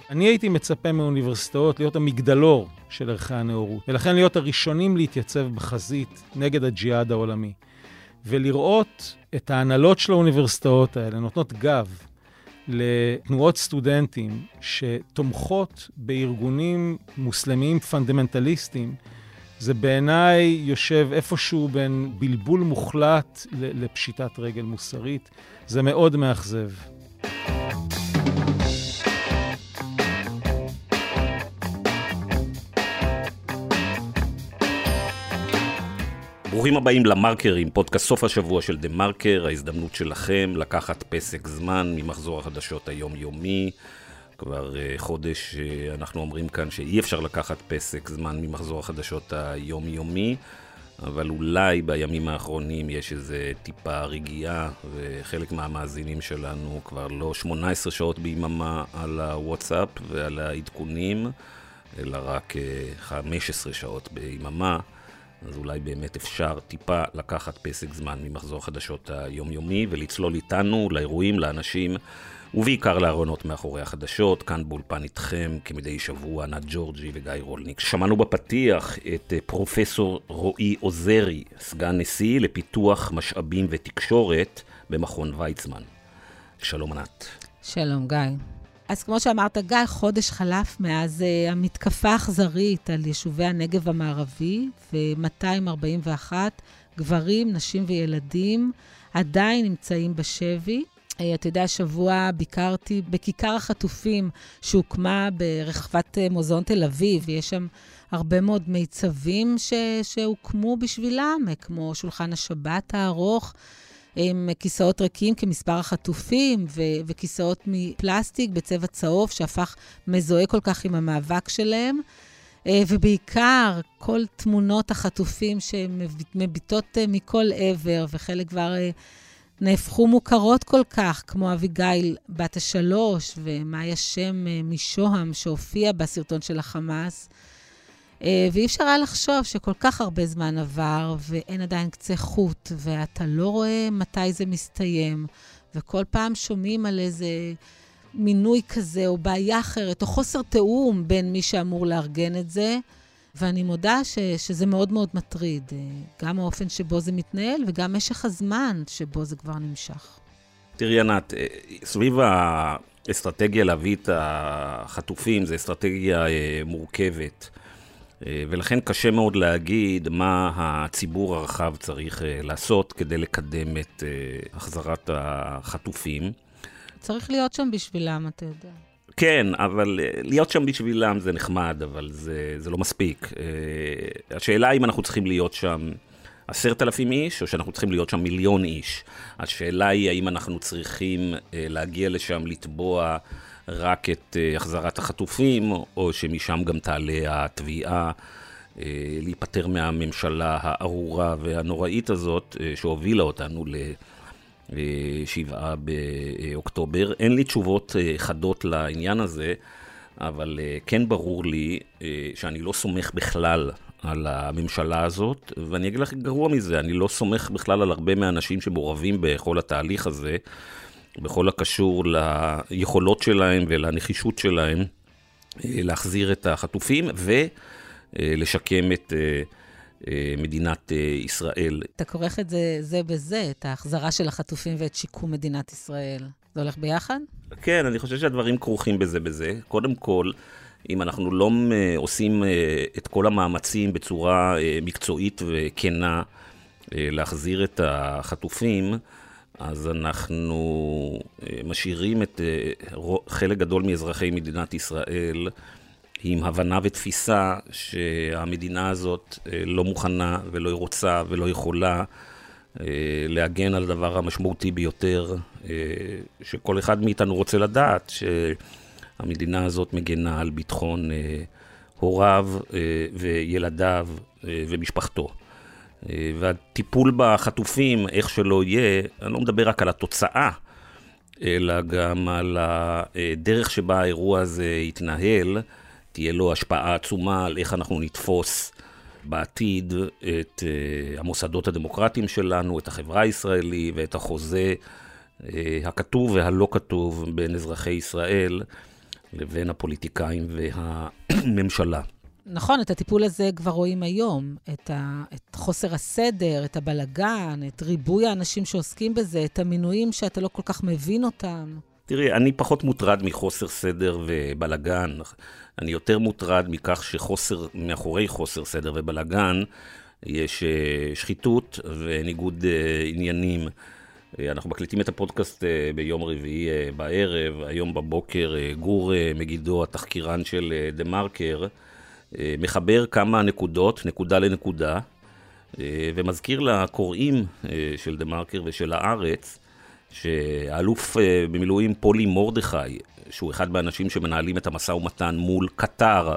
אני הייתי מצפה מאוניברסיטאות להיות המגדלור של ערכי הנאורות, ולכן להיות הראשונים להתייצב בחזית נגד הג'יהאד העולמי, ולראות את ההנהלות של האוניברסיטאות האלה נותנות גב לתנועות סטודנטים שתומכות בארגונים מוסלמיים פונדמנטליסטיים, זה בעיניי יושב איפשהו בין בלבול מוחלט לפשיטת רגל מוסרית. זה מאוד מאכזב. ברוכים הבאים למרקרים, פודקאסט סוף השבוע של דה מרקר, ההזדמנות שלכם לקחת פסק זמן ממחזור החדשות היומיומי. כבר חודש אנחנו אומרים כאן שאי אפשר לקחת פסק זמן ממחזור החדשות היומיומי, אבל אולי בימים האחרונים יש איזה טיפה רגיעה, וחלק מהמאזינים שלנו כבר לא 18 שעות ביממה על הוואטסאפ ועל העדכונים, אלא רק 15 שעות ביממה. אז אולי באמת אפשר טיפה לקחת פסק זמן ממחזור החדשות היומיומי ולצלול איתנו לאירועים, לאנשים, ובעיקר לארונות מאחורי החדשות. כאן באולפן איתכם כמדי שבוע ענת ג'ורג'י וגיא רולניק. שמענו בפתיח את פרופסור רועי עוזרי, סגן נשיא לפיתוח משאבים ותקשורת במכון ויצמן. שלום ענת. שלום גיא. אז כמו שאמרת, גיא, חודש חלף מאז המתקפה האכזרית על יישובי הנגב המערבי, ו-241 גברים, נשים וילדים עדיין נמצאים בשבי. אתה יודע, השבוע ביקרתי בכיכר החטופים שהוקמה ברחבת מוזיאון תל אביב, ויש שם הרבה מאוד מיצבים שהוקמו בשבילם, כמו שולחן השבת הארוך, עם כיסאות ריקים כמספר החטופים, וכיסאות מפלסטיק בצבע צהוב, שהפך מזוהה כל כך עם המאבק שלהם. ובעיקר כל תמונות החטופים שמביטות מכל עבר, וחלק כבר נהפכו מוכרות כל כך, כמו אביגיל בת 3, ומאיה שם משוהם שהופיע בסרטון של החמאס. ואי אפשר היה לחשוב שכל כך הרבה זמן עבר, ואין עדיין קצה חוט, ואתה לא רואה מתי זה מסתיים, וכל פעם שומעים על איזה מינוי כזה, או בעיה אחרת, או חוסר תאום בין מי שאמור לארגן את זה, ואני מודה שזה מאוד מאוד מטריד, גם האופן שבו זה מתנהל, וגם משך הזמן שבו זה כבר נמשך. תראי ענת, סביב האסטרטגיה להביא את החטופים, זו אסטרטגיה מורכבת, ולכן קשה מאוד להגיד מה הציבור הרחב צריך לעשות כדי לקדם את החזרת החטופים. צריך להיות שם בשבילם, אתה יודע. כן, אבל להיות שם בשבילם זה נחמד, אבל זה לא מספיק. השאלה אם אנחנו צריכים להיות שם 10,000 איש, או שאנחנו צריכים להיות שם 1,000,000 איש. השאלה היא האם אנחנו צריכים להגיע לשם לתבוע רק את החזרת החטופים, או שמשם גם תעלה התביעה להיפטר מהממשלה הארורה והנוראית הזאת, שהובילה אותנו ל7 באוקטובר. אין לי תשובות חדות לעניין הזה, אבל כן ברור לי שאני לא סומך בכלל על הממשלה הזאת, ואני אגיד לך גרוע מזה, אני לא סומך בכלל על הרבה מהאנשים שמעורבים בכל התהליך הזה, בכל הקשור ליכולות שלהם ולנחישות שלהם להחזיר את החטופים ולשקם את מדינת ישראל. אתה כורך את זה בזה, את ההחזרה של החטופים ואת שיקום מדינת ישראל. זה הולך ביחד? כן, אני חושב שהדברים כרוכים בזה. קודם כל, אם אנחנו לא עושים את כל המאמצים בצורה מקצועית וכנה להחזיר את החטופים, אז אנחנו משאירים את חלק גדול מאזרחי מדינת ישראל עם הבנה ותפיסה שהמדינה הזאת לא מוכנה ולא רוצה ולא יכולה להגן על הדבר המשמעותי ביותר שכל אחד מאיתנו רוצה לדעת, שהמדינה הזאת מגנה על ביטחון הוריו וילדיו ומשפחתו. והטיפול בחטופים, איך שלא יהיה, אני לא מדבר רק על התוצאה, אלא גם על הדרך שבה האירוע הזה יתנהל, תהיה לו השפעה עצומה על איך אנחנו נתפוס בעתיד את המוסדות הדמוקרטיים שלנו, את החברה הישראלית ואת החוזה הכתוב והלא כתוב בין אזרחי ישראל. לבין הפוליטיקאים והממשלה. נכון, את הטיפול הזה כבר רואים היום, את חוסר הסדר, את הבלגן, את ריבוי האנשים שעוסקים בזה, את המינויים שאתה לא כל כך מבין אותם. תראי, אני פחות מוטרד מחוסר סדר ובלגן. אני יותר מוטרד מכך מאחורי חוסר סדר ובלגן יש שחיתות וניגוד עניינים. אנחנו מקליטים את הפודקאסט ביום רביעי בערב, היום בבוקר גור מגידו, התחקירן של דה-מרקר, מחבר כמה נקודות, נקודה לנקודה, ומזכיר לקוראים של דה-מרקר ושל הארץ, שהאלוף במילואים פולי מורדכי, שהוא אחד מהאנשים שמנהלים את המשא ומתן מול קטר,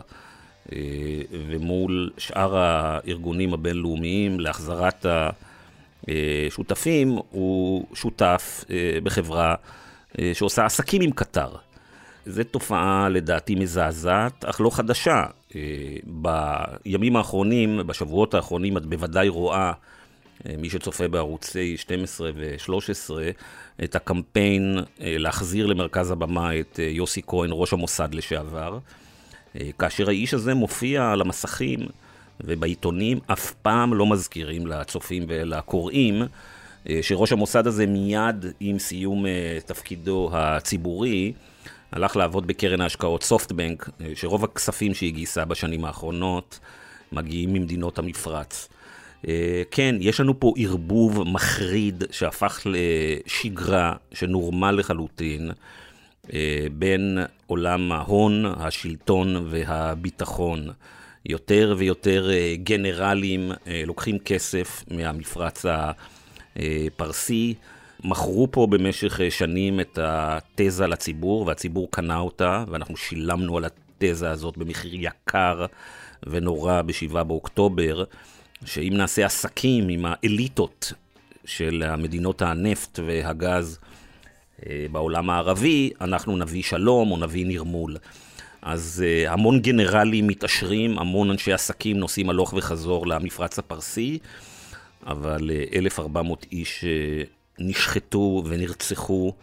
ומול שאר הארגונים הבינלאומיים להחזרת השותפים, הוא שותף בחברה שעושה עסקים עם קטר. זו תופעה לדעתי מזעזעת, אך לא חדשה. בימים האחרונים, בשבועות האחרונים, את בוודאי רואה, מי שצופה בערוצי 12 ו-13, את הקמפיין להחזיר למרכז הבמה את יוסי כהן, ראש המוסד לשעבר, כאשר האיש הזה מופיע על המסכים ובעיתונים, אף פעם לא מזכירים לצופים ולקוראים, שראש המוסד הזה מיד עם סיום תפקידו הציבורי, הלך לעבוד בקרן ההשקעות סופטבנק, שרוב הכספים שהיא גייסה בשנים האחרונות מגיעים ממדינות המפרץ. כן, יש לנו פה ערבוב מחריד שהפך לשגרה שנורמל לחלוטין, בין עולם ההון, השלטון והביטחון. יותר ויותר גנרלים לוקחים כסף מהמפרץ הפרסי, מכרו פה במשך שנים את התזה לציבור, והציבור קנה אותה, ואנחנו שילמנו על התזה הזאת במחיר יקר ונורא ב7 באוקטובר, שאם נעשה עסקים עם האליטות של המדינות הנפט והגז בעולם הערבי, אנחנו נביא שלום או נביא נרמול. אז המון גנרלים מתעשרים, המון אנשי עסקים נוסעים הלוך וחזור למפרץ הפרסי, אבל 1,400 איש נשחטו ונרצחו,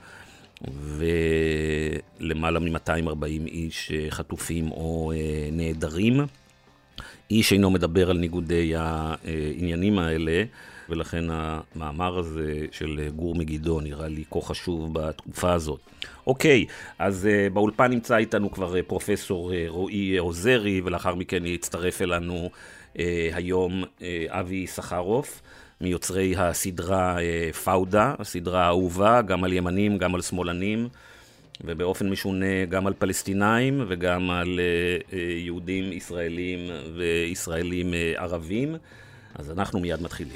ולמעלה מ-240 איש חטופים או נעדרים. איש אינו מדבר על ניגודי העניינים האלה, ולכן המאמר הזה של גור מגידו נראה לי כה חשוב בתקופה הזאת. אוקיי, אז באולפן נמצא איתנו כבר פרופסור רועי עוזרי, ולאחר מכן יצטרף אלינו היום אבי סחרוף, מיוצרי הסדרה פאודה, הסדרה האהובה, גם על ימנים, גם על שמאלנים, ובאופן משונה גם על פלסטינאים וגם על יהודים ישראלים וישראלים ערבים. אז אנחנו מיד מתחילים.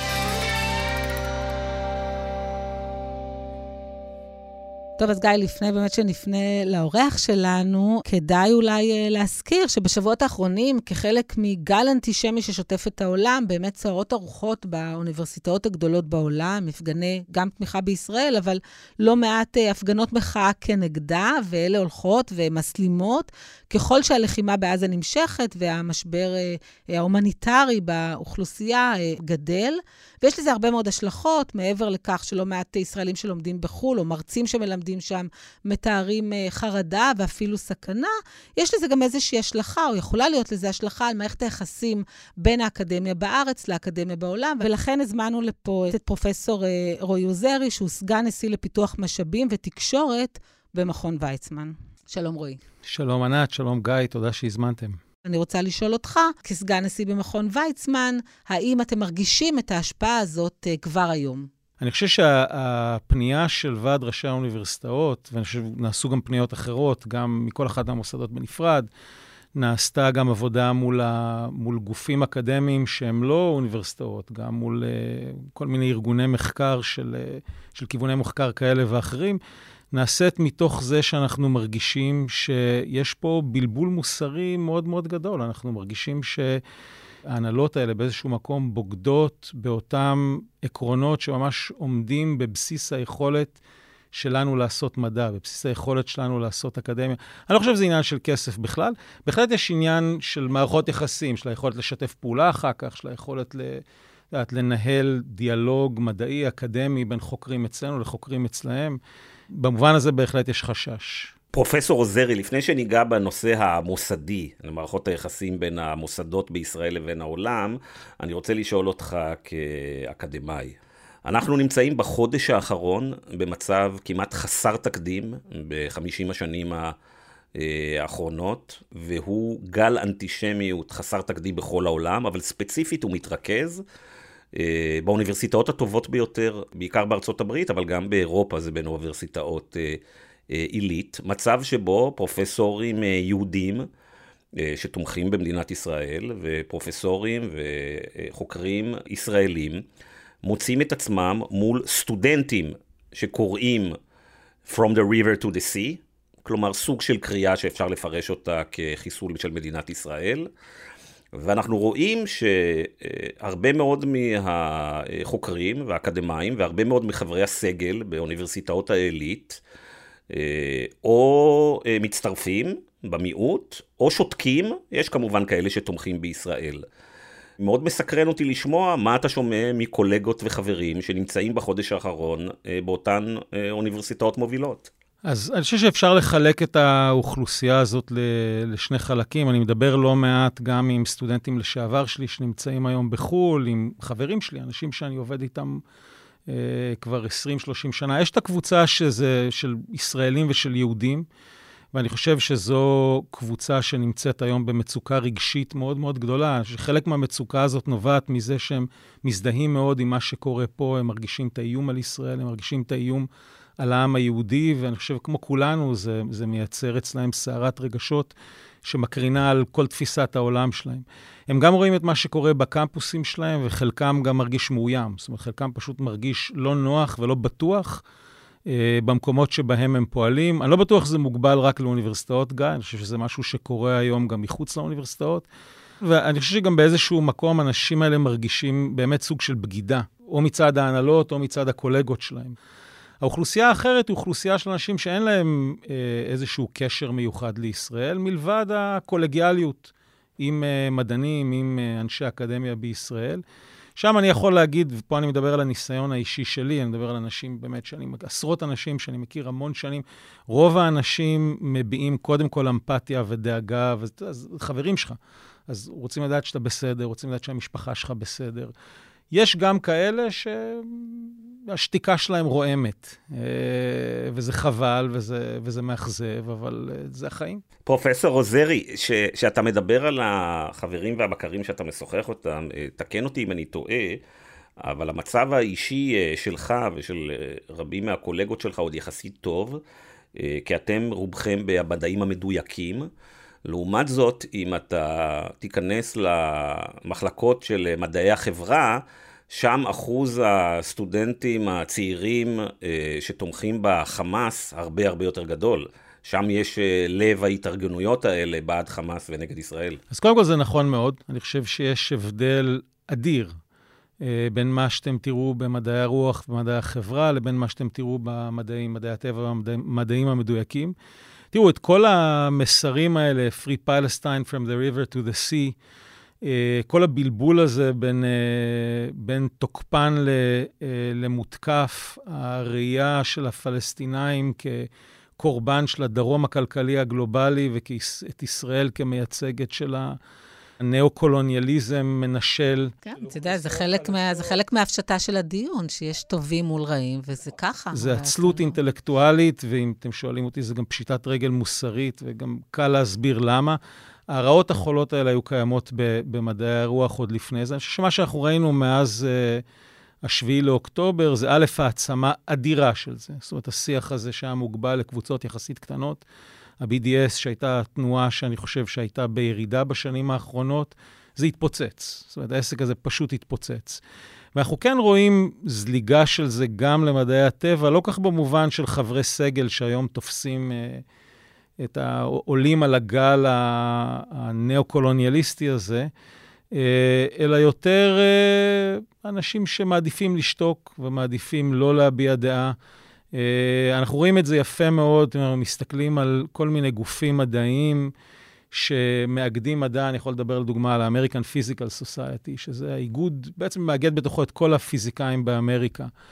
טוב, אז גיא, לפני באמת שנפנה לאורח שלנו, כדאי אולי להזכיר שבשבועות האחרונים, כחלק מגל אנטישמי ששוטף את העולם, באמת סערות הרוחות באוניברסיטאות הגדולות בעולם, מפגני גם תמיכה בישראל, אבל לא מעט הפגנות מחאה כנגדה, ואלה הולכות ומסלימות, ככל שהלחימה בעזה נמשכת, והמשבר ההומניטרי באוכלוסייה גדל, ויש לזה הרבה מאוד השלכות, מעבר לכך שלא מעט ישראלים שלומדים בחול, או מרצים שמלמדים שם, מתארים חרדה ואפילו סכנה, יש לזה גם איזושהי השלכה, או יכולה להיות לזה השלכה על מערכת היחסים בין האקדמיה בארץ לאקדמיה בעולם, ולכן הזמנו לפה את פרופסור רועי עוזרי, שהוא סגן נשיא לפיתוח משאבים ותקשורת במכון ויצמן. שלום רועי. שלום ענת, שלום גיא, תודה שהזמנתם. אני רוצה לשאול אותך, כסגן נשיא במכון ויצמן, האם אתם מרגישים את ההשפעה הזאת כבר היום? אני חושב שהפנייה של ועד ראשי האוניברסיטאות, ואני חושב נעשו גם פניות אחרות, גם מכל אחד מהמוסדות בנפרד, נעשתה גם עבודה מול גופים אקדמיים שהם לא אוניברסיטאות, גם מול כל מיני ארגוני מחקר של כיווני מחקר כאלה ואחרים, נעשית מתוך זה שאנחנו מרגישים שיש פה בלבול מוסרי מאוד מאוד גדול. אנחנו מרגישים שההנהלות האלה באיזשהו מקום בוגדות באותם עקרונות שממש עומדים בבסיס היכולת שלנו לעשות מדע, בבסיס היכולת שלנו לעשות אקדמיה. אני לא חושב שזה עניין של כסף בכלל. בהחלט יש עניין של מערכות יחסים, של היכולת לשתף פעולה אחר כך, של היכולת לנהל דיאלוג מדעי, אקדמי, בין חוקרים אצלנו לחוקרים אצלהם. במובן הזה בהחלט יש חשש. פרופסור עוזרי, לפני שניגע בנושא המוסדי, למערכות היחסים בין המוסדות בישראל לבין העולם, אני רוצה לשאול אותך כאקדמאי. אנחנו נמצאים בחודש האחרון במצב כמעט חסר תקדים ב-50 השנים האחרונות, והוא גל אנטישמיות חסר תקדים בכל העולם, אבל ספציפית הוא מתרכז באוניברסיטאות הטובות ביותר, בעיקר בארצות הברית, אבל גם באירופה זה בין אוניברסיטאות עילית, מצב שבו פרופסורים יהודים שתומכים במדינת ישראל, ופרופסורים וחוקרים ישראלים, מוצאים את עצמם מול סטודנטים שקוראים From the River to the Sea, כלומר סוג של קריאה שאפשר לפרש אותה כחיסול של מדינת ישראל, ואנחנו רואים שהרבה מאוד מהחוקרים והאקדמאים, והרבה מאוד מחברי הסגל באוניברסיטאות העילית, או מצטרפים במיעוט, או שותקים, יש כמובן כאלה שתומכים בישראל. מאוד מסקרן אותי לשמוע מה אתה שומע מקולגות וחברים שנמצאים בחודש האחרון באותן אוניברסיטאות מובילות. אז אני חושב שאפשר לחלק את האוכלוסייה הזאת לשני חלקים. אני מדבר לא מעט גם עם סטודנטים לשעבר שלי שנמצאים היום בחול, עם חברים שלי, אנשים שאני עובד איתם כבר 20-30 שנה. יש את הקבוצה של ישראלים ושל יהודים, ואני חושב שזו קבוצה שנמצאת היום במצוקה רגשית מאוד מאוד גדולה, שחלק מהמצוקה הזאת נובעת מזה שהם מזדהים מאוד עם מה שקורה פה, הם מרגישים את האיום על ישראל, הם מרגישים את האיום על העם היהודי, ואני חושב כמו כולנו זה מייצר אצלהם סערת רגשות שמקרינה על כל תפיסת העולם שלהם. הם גם רואים את מה שקורה בקמפוסים שלהם, וחלקם גם מרגיש מאוים. זאת אומרת, חלקם פשוט מרגיש לא נוח ולא בטוח במקומות שבהם הם פועלים. אני לא בטוח שזה מוגבל רק לאוניברסיטאות, גיא, אני חושב שזה משהו שקורה היום גם מחוץ לאוניברסיטאות, ואני חושב שגם באיזשהו מקום אנשים האלה מרגישים באמת סוג של בגידה, או מצד ההנהלות או מצד הקולגות שלהם. האוכלוסייה האחרת היא אוכלוסייה של אנשים שאין להם איזשהו קשר מיוחד לישראל, מלבד הקולגיאליות עם מדענים, עם אנשי אקדמיה בישראל. שם אני יכול להגיד, ופה אני מדבר על הניסיון האישי שלי, אני מדבר על אנשים באמת, עשרות אנשים שאני מכיר המון שנים, רוב האנשים מביעים קודם כל אמפתיה ודאגה, אז חברים שלך, אז רוצים לדעת שאתה בסדר, רוצים לדעת שהמשפחה שלך בסדר. יש גם כאלה שהשתיקה שלהם רועמת, וזה חבל, וזה מאכזב, אבל זה החיים. פרופסור עוזרי, שאתה מדבר על החברים והבקרים שאתה משוחח אותם, תקן אותי אם אני טועה, אבל המצב האישי שלך ושל רבים מהקולגות שלך עוד יחסית טוב, כי אתם רובכם במדעים המדויקים. לעומת זאת, אם אתה תיכנס למחלקות של מדעי החברה, שם אחוז הסטודנטים הצעירים שתומכים בחמאס הרבה הרבה יותר גדול. שם יש לב ההתארגנויות האלה בעד חמאס ונגד ישראל. אז קודם כל זה נכון מאוד. אני חושב שיש הבדל אדיר בין מה שאתם תראו במדעי הרוח ומדעי החברה, לבין מה שאתם תראו במדעים, מדעי הטבע והמדעים המדויקים. תראו, את כל המסרים האלה, Free Palestine from the river to the sea, כל הבלבול הזה בין תוקפן למותקף, הראייה של הפלסטינאים כקורבן של הדרום הכלכלי הגלובלי, ואת ישראל כמייצגת של הנאו-קולוניאליזם מנשל. כן, אתה יודע, זה חלק מההפשטה של הדיון, שיש טובים מול רעים, וזה ככה. זה עצלות אינטלקטואלית, ואם אתם שואלים אותי, זה גם פשיטת רגל מוסרית, וגם קל להסביר למה. הרעות החולות האלה היו קיימות במדעי הרוח עוד לפני זה. אני חושב שמה שאנחנו ראינו מאז השביעי לאוקטובר, זה א' העצמה אדירה של זה. זאת אומרת, השיח הזה שהיה מוגבל לקבוצות יחסית קטנות, ה-BDS שהייתה תנועה שאני חושב שהייתה בירידה בשנים האחרונות, זה התפוצץ. זאת אומרת, העסק הזה פשוט התפוצץ. ואנחנו כן רואים זליגה של זה גם למדעי הטבע, לא כך במובן של חברי סגל שהיום תופסים את העולים על הגל הנאו-קולוניאליסטי הזה, אלא יותר אנשים שמעדיפים לשתוק ומעדיפים לא להביע דעה. אנחנו רואים את זה יפה מאוד, אנחנו מסתכלים על כל מיני גופים מדעיים שמאגדים מדע, אני יכול לדבר לדוגמה על ה-American Physical Society, שזה האיגוד, בעצם מאגד בתוכו את כל הפיזיקאים באמריקה.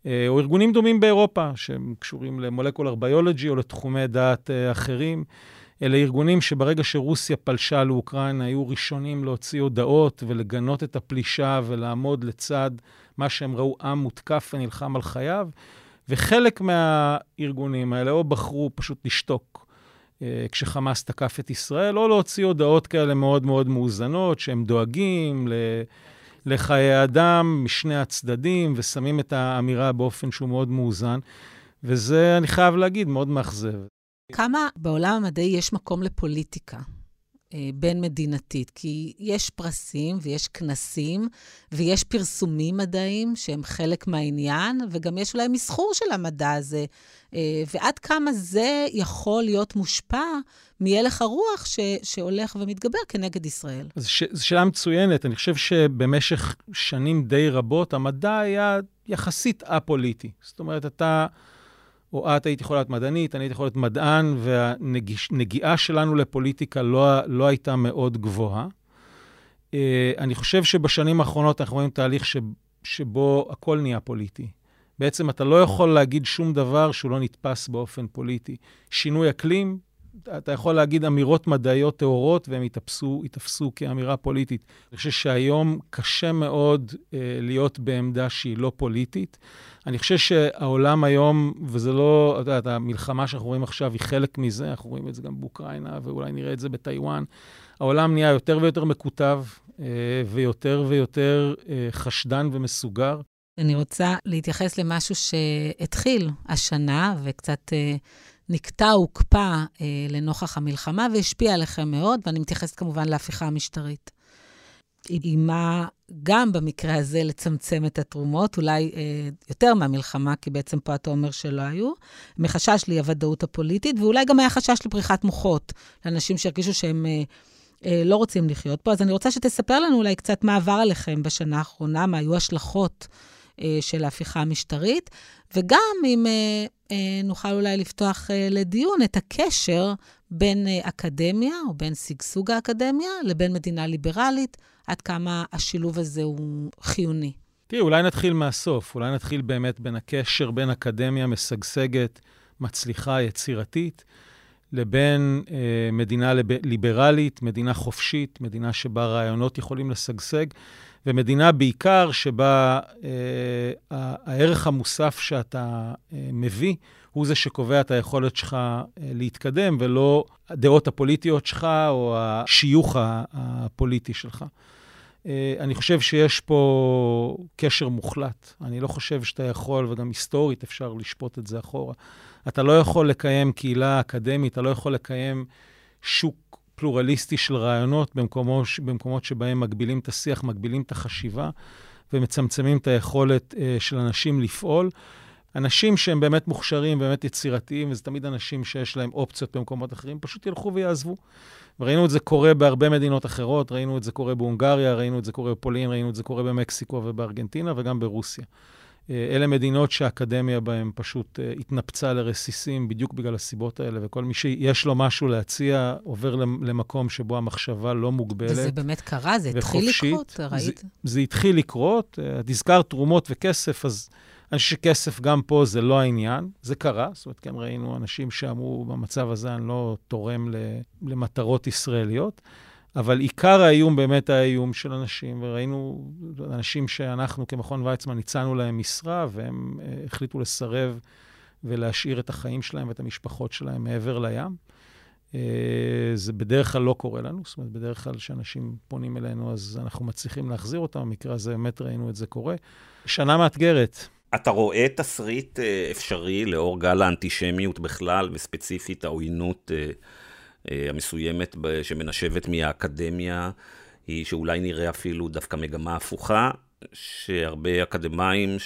או ארגונים דומים באירופה, שהם קשורים למולקולר ביולוגי או לתחומי דעת אחרים. אלה ארגונים שברגע שרוסיה פלשה לאוקראינה, היו ראשונים להוציא הודעות ולגנות את הפלישה ולעמוד לצד מה שהם ראו עם מותקף ונלחם על חייו. וחלק מהארגונים האלה או בחרו פשוט לשתוק כשחמאס תקף את ישראל, או להוציא הודעות כאלה מאוד מאוד מאוזנות, שהם דואגים לחיי אדם משני הצדדים, ושמים את האמירה באופן שהוא מאוד מאוזן. וזה, אני חייב להגיד, מאוד מאכזב. כמה בעולם המדעי יש מקום לפוליטיקה בין מדינתית? כי יש פרסים ויש כנסים ויש פרסומים מדעיים שהם חלק מהעניין, וגם יש אולי מסחור של המדע הזה. ועד כמה זה יכול להיות מושפע מהלך הרוח שהולך ומתגבר כנגד ישראל? זו שאלה מצוינת. אני חושב שבמשך שנים די רבות המדע היה יחסית א-פוליטי. זאת אומרת, את היית יכולה להיות מדענית, אני הייתי יכולה להיות מדען, והנגיעה שלנו לפוליטיקה לא הייתה מאוד גבוהה. אני חושב שבשנים האחרונות אנחנו רואים תהליך שבו הכל נהיה פוליטי. בעצם אתה לא יכול להגיד שום דבר שהוא לא נתפס באופן פוליטי. שינוי אקלים, אתה יכול להגיד אמירות מדעיות טהורות, והם יתפסו כאמירה פוליטית. אני חושב שהיום קשה מאוד להיות בעמדה שהיא לא פוליטית. אני חושב שהעולם היום, וזה לא, אתה יודע, המלחמה שאנחנו רואים עכשיו היא חלק מזה, אנחנו רואים את זה גם באוקראינה, ואולי נראה את זה בטיואן. העולם נהיה יותר ויותר מקוטב, ויותר ויותר חשדן ומסוגר. אני רוצה להתייחס למשהו שהתחיל השנה, וקצת נקטע, הוקפא לנוכח המלחמה, והשפיע עליכם מאוד, ואני מתייחסת כמובן להפיכה המשטרית. היא מה גם במקרה הזה לצמצם את התרומות, אולי יותר מהמלחמה, כי בעצם פה אתה אומר שלא היו, מחשש לאי-הוודאות הפוליטית, ואולי גם היה חשש לפריחת מוחות, לאנשים שהרגישו שהם לא רוצים לחיות פה. אז אני רוצה שתספר לנו אולי קצת מה עבר עליכם בשנה האחרונה, מה היו השלכות של ההפיכה המשטרית, וגם אם נוכל אולי לפתוח לדיון את הקשר בין אקדמיה, או בין סגסוג האקדמיה, לבין מדינה ליברלית, עד כמה השילוב הזה הוא חיוני. תראי, אולי נתחיל מהסוף, אולי נתחיל באמת בין הקשר, בין אקדמיה משגשגת, מצליחה, יצירתית, לבין מדינה ליברלית, מדינה חופשית, מדינה שבה רעיונות יכולים לשגשג, ומדינה בעיקר שבה הערך המוסף שאתה מביא, הוא זה שקובע את היכולת שלך להתקדם, ולא הדעות הפוליטיות שלך או השיוך הפוליטי שלך. אני חושב שיש פה קשר מוחלט. אני לא חושב שאתה יכול, וגם היסטורית אפשר לשפוט את זה אחורה. אתה לא יכול לקיים קהילה אקדמית, אתה לא יכול לקיים שוק פלורליסטי של רעיונות במקומות שבהם מגבילים את השיח, מגבילים את החשיבה, ומצמצמים את היכולת של אנשים לפעול. אנשים שהם באמת מוכשרים, באמת יצירתיים, וזה תמיד אנשים שיש להם אופציות במקומות אחרים, פשוט ילכו ויעזבו. וראינו את זה קורה בהרבה מדינות אחרות, ראינו את זה קורה בהונגריה, ראינו את זה קורה בפולין, ראינו את זה קורה במקסיקו ובארגנטינה, וגם ברוסיה. אלה מדינות שהאקדמיה בהן פשוט התנפצה לרסיסים בדיוק בגלל הסיבות האלה, וכל מי שיש לו משהו להציע עובר למקום שבו המחשבה לא מוגבלת. וזה באמת קרה, זה התחיל לקרות, ראית? זה התחיל לקרות, תזכר תרומות וכסף, אז אני חושב שכסף גם פה זה לא העניין, זה קרה, זאת אומרת, כן ראינו אנשים שאמרו במצב הזה אני לא תורם למטרות ישראליות, אבל עיקר האיום באמת האיום של אנשים, וראינו אנשים שאנחנו כמכון ויצמן הצענו להם משרה, והם החליטו לסרב ולהשאיר את החיים שלהם ואת המשפחות שלהם מעבר לים. זה בדרך כלל לא קורה לנו, זאת אומרת, בדרך כלל שאנשים פונים אלינו, אז אנחנו מצליחים להחזיר אותם, במקרה הזה באמת ראינו את זה קורה. שנה מאתגרת. אתה רואה תסריט אפשרי לאור גל האנטישמיות בכלל, וספציפית העוינות המסוימת שמנשבת מהאקדמיה, היא שאולי נראה אפילו דווקא מגמה הפוכה, שהרבה אקדמיים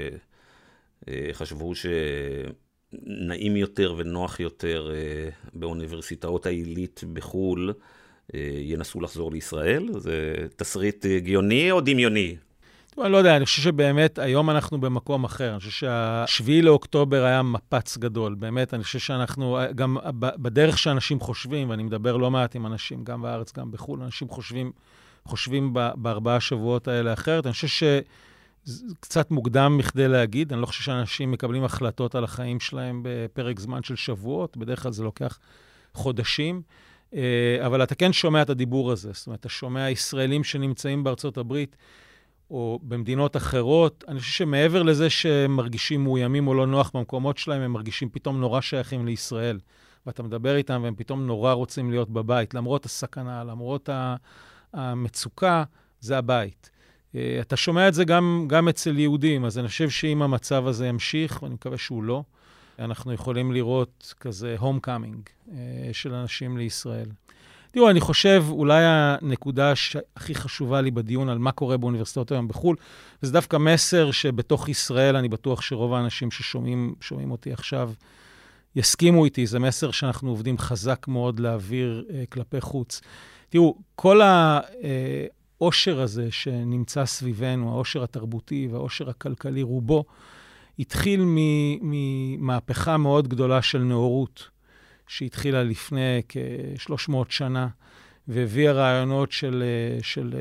שחשבו שנעים יותר ונוח יותר באוניברסיטאות העילית בחול, ינסו לחזור לישראל. זה תסריט הגיוני או דמיוני? אני לא יודע, אני חושב שבאמת היום אנחנו במקום אחר. אני חושב שהשביעי לאוקטובר היה מפץ גדול. באמת, אני חושב שאנחנו, גם בדרך שאנשים חושבים, ואני מדבר לא מעט עם אנשים, גם בארץ, גם בחו"ל, אנשים חושבים ב4 שבועות האלה אחרת. אני חושב קצת מוקדם מכדי להגיד, אני לא חושב שאנשים מקבלים החלטות על החיים שלהם בפרק זמן של שבועות, בדרך כלל זה לוקח חודשים, אבל אתה כן שומע את הדיבור הזה, זאת אומרת, אתה שומע ישראלים שנמצאים בארצות הברית, או במדינות אחרות, אני חושב שמעבר לזה שהם מרגישים מאוימים או לא נוח במקומות שלהם, הם מרגישים פתאום נורא שייכים לישראל, ואתה מדבר איתם והם פתאום נורא רוצים להיות בבית, למרות הסכנה, למרות המצוקה, זה הבית. אתה שומע את זה גם אצל יהודים, אז אני חושב שאם המצב הזה ימשיך, ואני מקווה שהוא לא, אנחנו יכולים לראות כזה homecoming של אנשים לישראל. תראו, אני חושב, אולי הנקודה הכי חשובה לי בדיון על מה קורה באוניברסיטאות היום בחו"ל, זה דווקא מסר שבתוך ישראל, אני בטוח שרוב האנשים ששומעים אותי עכשיו, יסכימו איתי, זה מסר שאנחנו עובדים חזק מאוד להעביר כלפי חוץ. תראו, כל העושר הזה שנמצא סביבנו, העושר התרבותי והעושר הכלכלי רובו, התחיל ממהפכה מאוד גדולה של נאורות, שהתחילה לפני כ-300 שנה, והביאה רעיונות של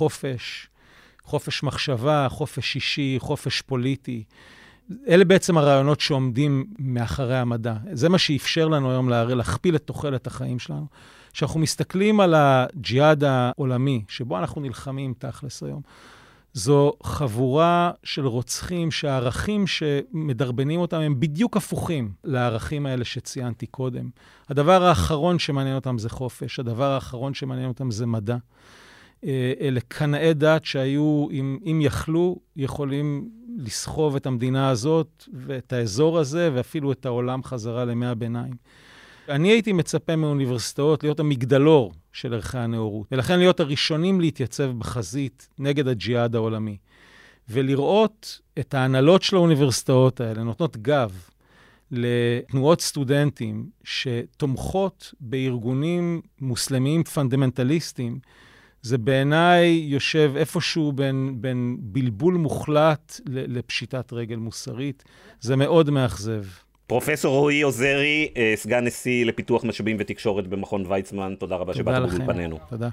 חופש מחשבה, חופש אישי, חופש פוליטי. אלה בעצם הרעיונות שעומדים מאחורי המדע. זה מה שאפשר לנו היום להכפיל את תוחלת החיים שלנו. כשאנחנו מסתכלים על הג'יהאד העולמי, שבו אנחנו נלחמים תכלס היום, זו חבורה של רוצחים שהערכים שמדרבנים אותם הם בדיוק הפוכים לערכים האלה שציינתי קודם. הדבר האחרון שמעניין אותם זה חופש, הדבר האחרון שמעניין אותם זה מדע. אלה קנאי דת שהיו, אם יכלו, יכולים לסחוב את המדינה הזאת ואת האזור הזה ואפילו את העולם חזרה לימי הביניים. אני הייתי מצפה מאוניברסיטאות להיות המגדלור של ערכי הנאורות, ולכן להיות הראשונים להתייצב בחזית נגד הג'יהאד העולמי, ולראות את ההנהלות של האוניברסיטאות האלה, נותנות גב לתנועות סטודנטים שתומכות בארגונים מוסלמיים פונדמנטליסטיים, זה בעיניי יושב איפשהו בין בלבול מוחלט לפשיטת רגל מוסרית. זה מאוד מאכזב. פרופסור רועי עוזרי, סגן נשיא לפיתוח משאבים ותקשורת במכון ויצמן, תודה רבה שבאת באולפנינו. תודה.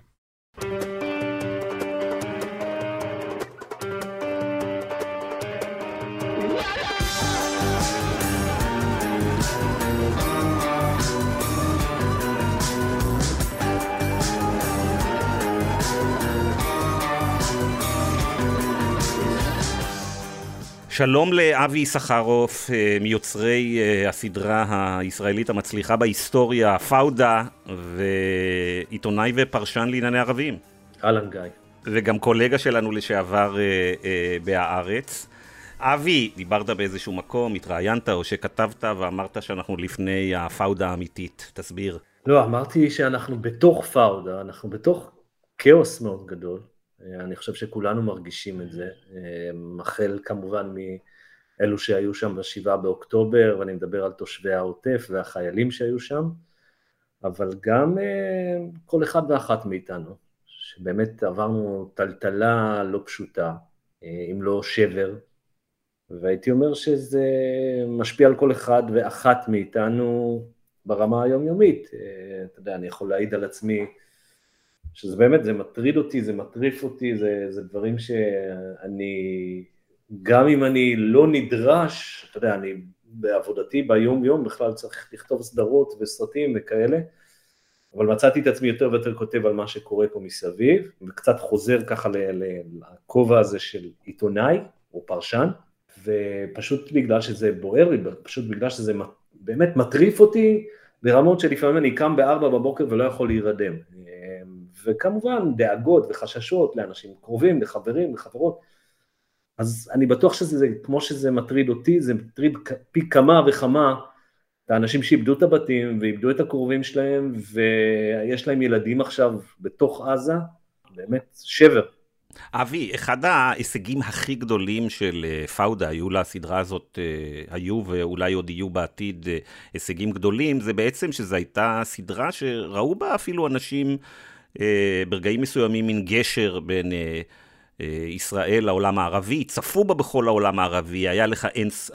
שלום לאבי יששכרוף, מיוצרי הסדרה הישראלית המצליחה בהיסטוריה, פאודה, ועיתונאי ופרשן לענייני ערבים. אהלן גיא. וגם קולגה שלנו לשעבר בהארץ. אבי, דיברת באיזשהו מקום, התראיינת או שכתבת ואמרת שאנחנו לפני הפאודה האמיתית. תסביר. לא, אמרתי שאנחנו בתוך פאודה, אנחנו בתוך כאוס מאוד גדול. אני חושב שכולנו מרגישים את זה, החל כמובן מאלו שהיו שם ב7 באוקטובר, ואני מדבר על תושבי העוטף והחיילים שהיו שם, אבל גם כל אחד ואחת מאיתנו, שבאמת עברנו טלטלה לא פשוטה, אם לא שבר, והייתי אומר שזה משפיע על כל אחד ואחת מאיתנו ברמה היומיומית. אתה יודע, אני יכול להעיד על עצמי, שזה באמת, זה מטריד אותי, זה מטריף אותי, זה דברים שאני, גם אם אני לא נדרש, אתה יודע, אני בעבודתי ביום יום בכלל צריך לכתוב סדרות וסרטים וכאלה, אבל מצאתי את עצמי יותר ויותר כותב על מה שקורה פה מסביב, וקצת חוזר ככה לכובע הזה של עיתונאי או פרשן, ופשוט בגלל שזה בוער לי, פשוט בגלל שזה באמת מטריף אותי, ברמות שלפעמים אני קם ב4 בבוקר ולא יכול להירדם. וכמובן דאגות וחששות לאנשים קרובים, לחברים, לחברות. אז אני בטוח שזה, כמו שזה מטריד אותי, זה מטריד פי כמה וכמה את האנשים שאיבדו את הבתים ואיבדו את הקרובים שלהם, ויש להם ילדים עכשיו בתוך עזה, באמת שבר. אבי, אחד ההישגים הכי גדולים של פאודה, היו לסדרה הזאת, היו ואולי עוד יהיו בעתיד הישגים גדולים, זה בעצם שזו הייתה סדרה שראו בה אפילו אנשים ברגעים מסוימים מן גשר בין ישראל לעולם הערבי, צפו בה בכל העולם הערבי, היה לך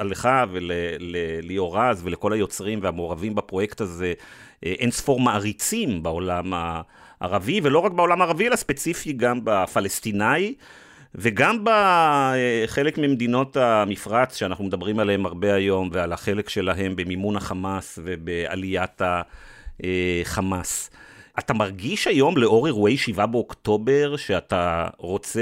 וליאור רז ולכל היוצרים והמעורבים בפרויקט הזה, אין ספור מעריצים בעולם הערבי, ולא רק בעולם הערבי, אלא ספציפי גם בפלסטיני, וגם בחלק ממדינות המפרץ שאנחנו מדברים עליהם הרבה היום, ועל החלק שלהם במימון החמאס ובעליית החמאס. אתה מרגיש היום לאור אירועי 7 באוקטובר שאתה רוצה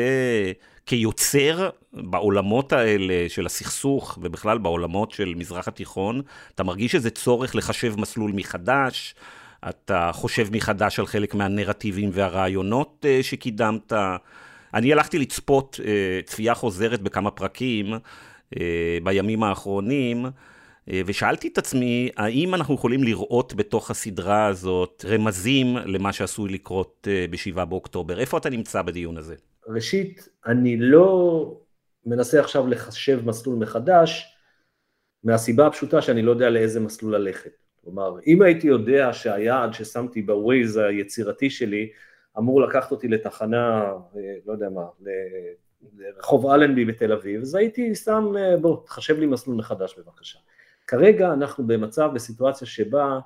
כיוצר בעולמות האלה של הסכסוך ובכלל בעולמות של מזרח התיכון, אתה מרגיש איזה צורך לחשב מסלול מחדש, אתה חושב מחדש על חלק מהנרטיבים והרעיונות שקידמת. אני הלכתי לצפות צפייה חוזרת בכמה פרקים בימים האחרונים, ושאלתי את עצמי, האם אנחנו יכולים לראות בתוך הסדרה הזאת רמזים למה שעשוי לקרות ב7 באוקטובר? איפה אתה נמצא בדיון הזה? ראשית, אני לא מנסה עכשיו לחשב מסלול מחדש, מהסיבה הפשוטה שאני לא יודע לאיזה מסלול ללכת. כלומר, אם הייתי יודע שהיעד ששמתי בווייז היצירתי שלי, אמור לקחת אותי לתחנה, לא יודע מה, לרחוב אלנבי בתל אביב, אז הייתי שם, בוא, תחשב לי מסלול מחדש בבקשה. כרגע אנחנו במצב, בסיטואציה שבה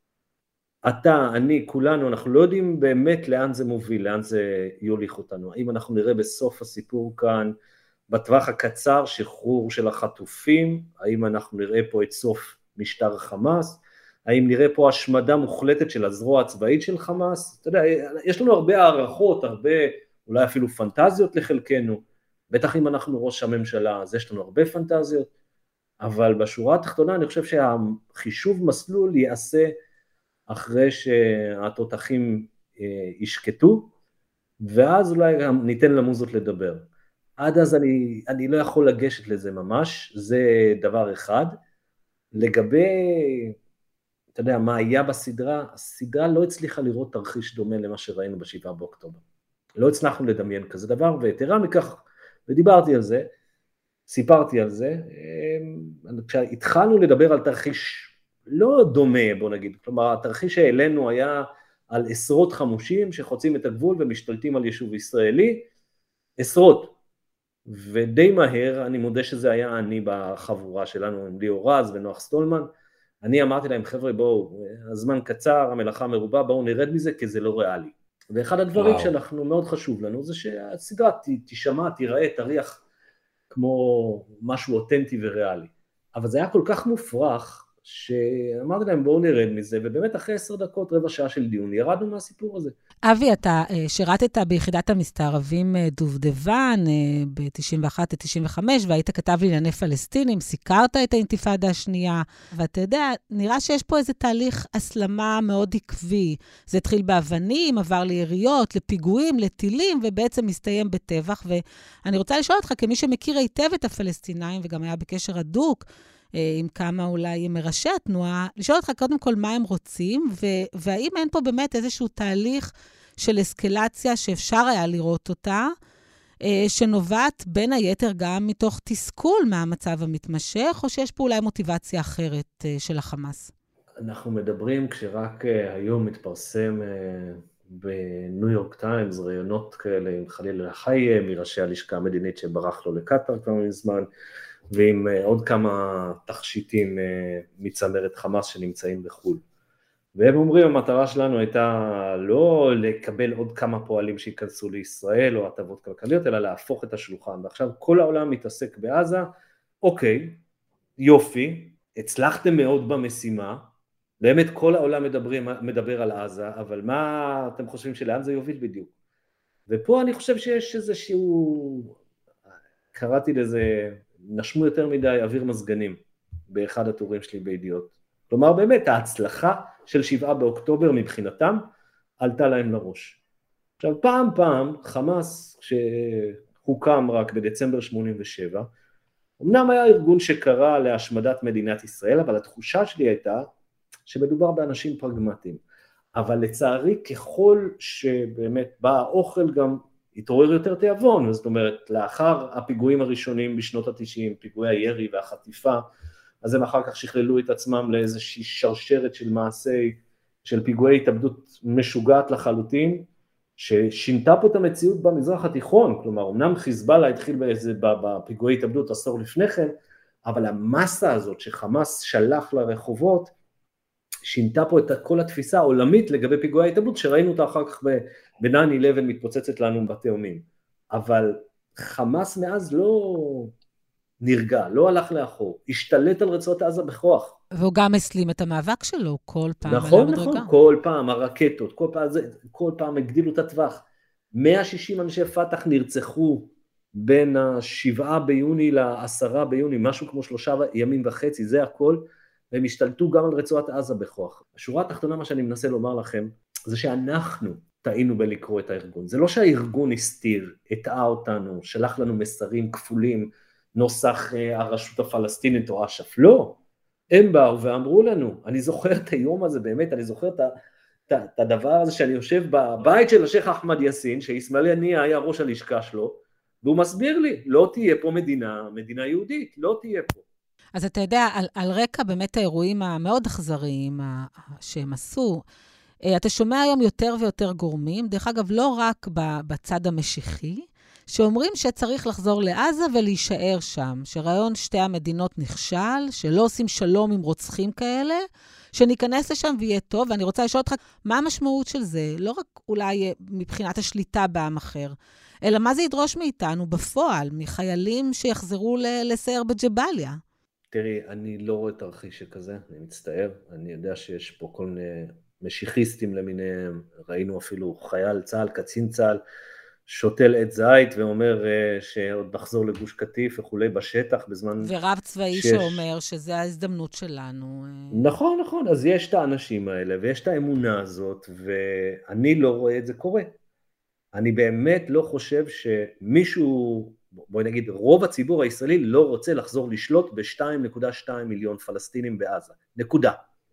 אתה, אני, כולנו, אנחנו לא יודעים באמת לאן זה מוביל, לאן זה יוליך אותנו. האם אנחנו נראה בסוף הסיפור כאן, בטווח הקצר, שחרור של החטופים, האם אנחנו נראה פה את סוף משטר חמאס, האם נראה פה השמדה מוחלטת של הזרוע הצבאית של חמאס? אתה יודע, יש לנו הרבה הערכות, הרבה, אולי אפילו פנטזיות לחלקנו, בטח אם אנחנו ראש הממשלה, אז יש לנו הרבה פנטזיות, אבל בשורה התחתונה אני חושב שהחישוב מסלול יעשה אחרי שהתותחים ישקטו, ואז אולי גם ניתן למוזות לדבר. עד אז אני לא יכול לגשת לזה ממש, זה דבר אחד. לגבי, אתה יודע, מה היה בסדרה, הסדרה לא הצליחה לראות תרחיש דומה למה שראינו ב7 באוקטובר. לא הצלחנו לדמיין כזה דבר, ויתרה מכך, ודיברתי על זה, סיפרתי על זה, כשהתחלנו לדבר על תרחיש לא דומה, בוא נגיד, כלומר, התרחיש שהעלינו היה על עשרות חמושים שחוצים את הגבול ומשתלטים על יישוב ישראלי, עשרות, ודי מהר, אני מודה שזה היה אני בחבורה שלנו, עם ליאור רז ונוח סטולמן, אני אמרתי להם, חבר'ה, בואו, הזמן קצר, המלאכה מרובה, בואו נרד מזה, כי זה לא ריאלי. ואחד הדברים שאנחנו מאוד חשוב לנו, זה שהסדרה תשמע, תיראה, תריח, כמו משהו אותנטי וריאלי. אבל זה היה כל כך מופרך, שאמרתי להם בואו נרד מזה, ובאמת אחרי 10 דקות, רבע שעה של דיון, ירדנו מהסיפור הזה. אבי, אתה שירתת ביחידת המסתערבים דובדבן ב-91-95, והיית כתב לענייני פלסטינים, סיקרת את האינתיפאדה השנייה, ואתה יודע, נראה שיש פה איזה תהליך הסלמה מאוד עקבי. זה התחיל באבנים, עבר ליריות, לפיגועים, לטילים, ובעצם מסתיים בטבח, ואני רוצה לשאול אותך, כמי שמכיר היטב את הפלסטינאים, וגם היה בקשר הדוק, עם כמה אולי מראשי התנועה, לשאול אותך קודם כל מה הם רוצים, והאם אין פה באמת איזשהו תהליך של אסקלציה שאפשר היה לראות אותה, שנובעת בין היתר גם מתוך תסכול מהמצב המתמשך, או שיש פה אולי מוטיבציה אחרת של החמאס? אנחנו מדברים כשרק היום מתפרסם בניו יורק טיימס, ראיונות כאלה עם חליל חי מראשי הלשכה המדינית שברח לו לקטר כבר מזמן, ועם עוד כמה תכשיטים מצמרת חמאס שנמצאים בחו"ל. והם אומרים, המטרה שלנו הייתה לא לקבל עוד כמה פועלים שיכנסו לישראל או הטבות כלכליות, אלא להפוך את השולחן. ועכשיו כל העולם מתעסק בעזה, אוקיי, יופי, הצלחתם מאוד במשימה, באמת כל העולם מדבר על עזה, אבל מה אתם חושבים שלאן זה יוביל בדיוק? ופה אני חושב שיש איזשהו, קראתי לזה, נשמו יותר מדי אוויר מזגנים באחד הטורים שלי בידיעות. כלומר, באמת, ההצלחה של 7 באוקטובר מבחינתם עלתה להם לראש. עכשיו, פעם, חמאס, שהוקם רק בדצמבר 87, אמנם היה ארגון שקרא להשמדת מדינת ישראל, אבל התחושה שלי הייתה שמדובר באנשים פרגמטיים. אבל לצערי, ככל שבאמת בא האוכל גם התעורר יותר תיאבון, זאת אומרת, לאחר הפיגועים הראשונים בשנות ה-90, פיגועי הירי והחטיפה, אז הם אחר כך שכללו את עצמם לאיזושהי שרשרת של מעשי, של פיגועי התאבדות משוגעת לחלוטין, ששינתה פה את המציאות במזרח התיכון, כלומר, אמנם חיזבאללה התחיל בפיגועי התאבדות עשור לפני כן, אבל המסה הזאת שחמאס שלח לרחובות, שינתה פה את כל התפיסה העולמית לגבי פיגועי ההתאבדות, שראינו אותה אחר כך ב-9/11 מתפוצצת לנו בתאומים. אבל חמאס מאז לא נרגע, לא הלך לאחור, השתלט על רצועת עזה בכוח. והוא גם הסלים את המאבק שלו כל פעם נכון, על המדרגה. נכון, כל פעם הרקטות, כל פעם הגדילו את הטווח. 160 אנשי פתח נרצחו בין ה-7 ביוני ל-10 ביוני, משהו כמו 3.5 ימים, זה הכל, והם השתלטו גם על רצועת עזה בכוח. השורה התחתונה, מה שאני מנסה לומר לכם, זה שאנחנו טעינו בלקרוא את הארגון. זה לא שהארגון הסתיר, הטעה אותנו, שלח לנו מסרים כפולים, נוסח הרשות הפלסטינית או אש"ף, לא. הם באו ואמרו לנו, אני זוכר את היום הזה באמת, אני זוכר את הדבר הזה שאני יושב בבית של השייח אחמד יאסין, שאיסמאעיל הנייה היה ראש הלשכה שלו, והוא מסביר לי, לא תהיה פה מדינה יהודית, לא תהיה פה. אז אתה יודע, על רקע באמת האירועים המאוד אכזריים שהם עשו, אתה שומע היום יותר ויותר גורמים, דרך אגב, לא רק בצד המשיחי, שאומרים שצריך לחזור לעזה ולהישאר שם, שרעיון שתי המדינות נכשל, שלא עושים שלום עם רוצחים כאלה, שניכנס לשם ויהיה טוב, ואני רוצה לשאול אותך, מה המשמעות של זה? לא רק אולי מבחינת השליטה בעם אחר, אלא מה זה ידרוש מאיתנו בפועל, מחיילים שיחזרו לסייר בג'באליה? תראי, אני לא רואה תרחיש כזה, אני מצטער, אני יודע שיש פה כל מיני משיחיסטים למיניהם, ראינו אפילו חייל צה"ל, קצין צה"ל, שותל עץ זית ואומר שעוד נחזור לגוש קטיף וכולי בשטח בזמן ורב צבאי שאומר שזה ההזדמנות שלנו. נכון, נכון, אז יש את האנשים האלה ויש את האמונה הזאת, ואני לא רואה את זה קורה. אני באמת לא חושב שמישהו, בואי נגיד, רוב הציבור הישראלי לא רוצה לחזור לשלוט ב-2.2 מיליון פלסטינים בעזה. נקודה.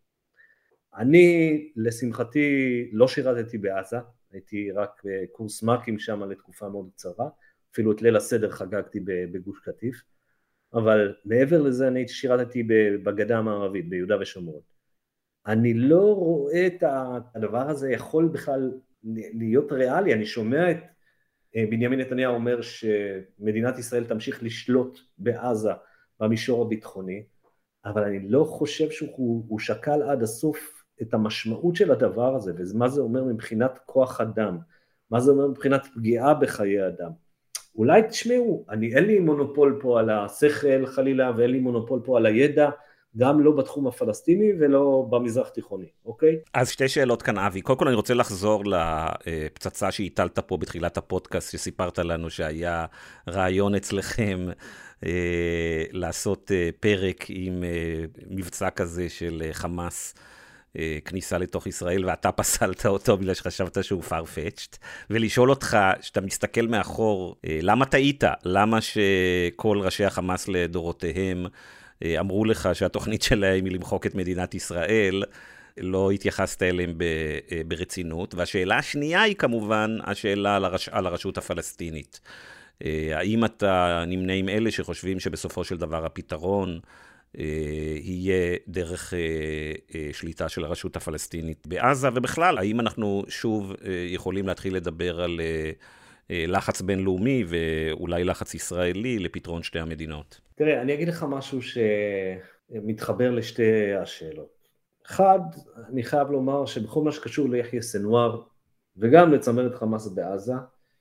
אני, לשמחתי, לא שירתתי בעזה, הייתי רק בקורס מ"כים שם לתקופה מאוד קצרה, אפילו את ליל הסדר חגגתי בגוש קטיף, אבל מעבר לזה אני שירתתי בגדה המערבית, ביהודה ושומרון. אני לא רואה את הדבר הזה יכול בכלל להיות ריאלי. אני שומע את בנימין נתניהו אומר שמדינת ישראל תמשיך לשלוט בעזה במישור הביטחוני, אבל אני לא חושב שהוא שקל עד הסוף את המשמעות של הדבר הזה, ומה זה אומר מבחינת כוח אדם, מה זה אומר מבחינת פגיעה בחיי אדם. אולי תשמעו, אין לי מונופול פה על השכל חלילה, ואין לי מונופול פה על הידע, גם לא בתחום הפלסטיני ולא במזרח תיכוני, אוקיי? אז שתי שאלות כאן, אבי. קודם כל אני רוצה לחזור לפצצה שהטלת פה בתחילת הפודקאסט, שסיפרת לנו שהיה רעיון אצלכם לעשות פרק עם מבצע כזה של חמאס, כניסה לתוך ישראל, ואתה פסלת אותו בגלל שחשבת שהוא farfetched, ולשאול אותך, שאתה מסתכל מאחור, למה טעית? למה שכל ראשי החמאס לדורותיהם אמרו לך שהתוכנית שלהם היא למחוק את מדינת ישראל, לא התייחסת אליהם ברצינות? והשאלה השנייה היא כמובן השאלה על הרשות הפלסטינית. האם אתה נמנה עם אלה שחושבים שבסופו של דבר הפתרון יהיה דרך שליטה של הרשות הפלסטינית בעזה, ובכלל, האם אנחנו שוב יכולים להתחיל לדבר על לחץ בינלאומי ואולי לחץ ישראלי לפתרון שתי המדינות? תראה, אני אגיד לך משהו שמתחבר לשתי השאלות. אחד, אני חייב לומר שבכל מה שקשור ליחיא סנואר, וגם לצמרת חמאס בעזה,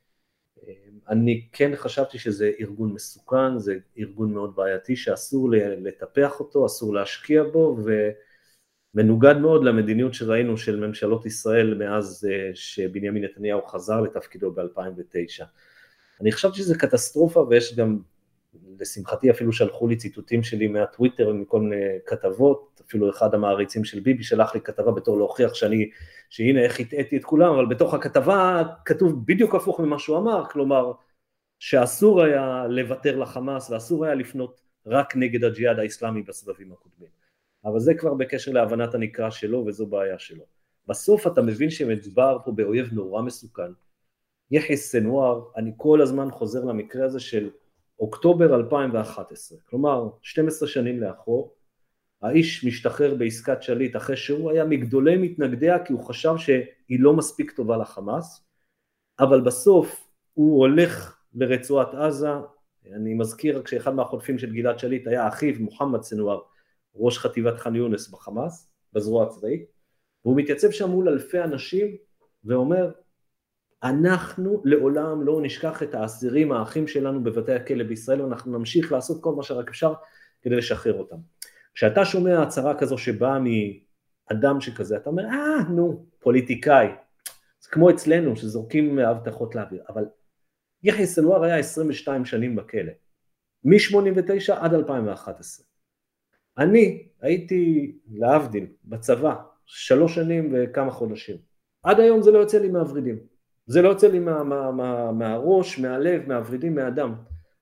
אני כן חשבתי שזה ארגון מסוכן, זה ארגון מאוד בעייתי, שאסור לטפח אותו, אסור להשקיע בו, ומנוגד מאוד למדיניות שראינו של ממשלות ישראל מאז שבנימין נתניהו חזר לתפקידו ב-2009. אני חשבתי שזה קטסטרופה, ויש גם, לשמחתי אפילו שלחו לי ציטוטים שלי מהטוויטר ומכל מיני כתבות, אפילו אחד המעריצים של ביבי שלח לי כתבה בתור להוכיח שהנה איך התאיתי את כולם, אבל בתוך הכתבה כתוב בדיוק הפוך ממה שהוא אמר, כלומר שאסור היה לוותר לחמאס ואסור היה לפנות רק נגד הג'יהאד האסלאמי בסבבים הקודמים. אבל זה כבר בקשר להבנת הנקרא שלו וזו בעיה שלו. בסוף אתה מבין שמדובר פה באויב נורא מסוכן. יחיא סנואר, אני כל הזמן חוזר למקרה הזה של אוקטובר 2011, כלומר 12 שנים לאחור, האיש משתחרר בעסקת שליט אחרי שהוא היה מגדולי מתנגדיה כי הוא חשב שהיא לא מספיק טובה לחמאס, אבל בסוף הוא הולך לרצועת עזה. אני מזכיר רק שאחד מהחוטפים של גלעד שליט היה אחיו מוחמד סנואר, ראש חטיבת ח'אן יונס בחמאס, בזרוע הצבאית, והוא מתייצב שם מול אלפי אנשים ואומר, אנחנו לעולם לא נשכח את האסירים, האחים שלנו בבתי הכלא בישראל, ואנחנו נמשיך לעשות כל מה שרק אפשר כדי לשחרר אותם. כשאתה שומע הצהרה כזו שבאה מאדם שכזה, אתה אומר, נו, פוליטיקאי. זה כמו אצלנו שזורקים הבטחות לאוויר, אבל יחיא סנוואר היה 22 שנים בכלא, מ-89 עד 2011. אני הייתי להבדיל בצבא 3 שנים וכמה חודשים. עד היום זה לא יוצא לי מהוורידים. זה לא יוצא לי מהראש, מהלב, מהוורידים, מהאדם.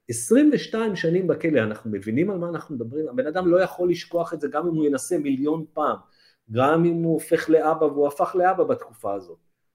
22 שנים בכלא, אנחנו מבינים על מה אנחנו מדברים. הבן אדם לא יכול לשכוח את זה גם אם הוא ינסה מיליון פעם. גם אם הוא הופך לאבא, והוא הפך לאבא בתקופה הזאת.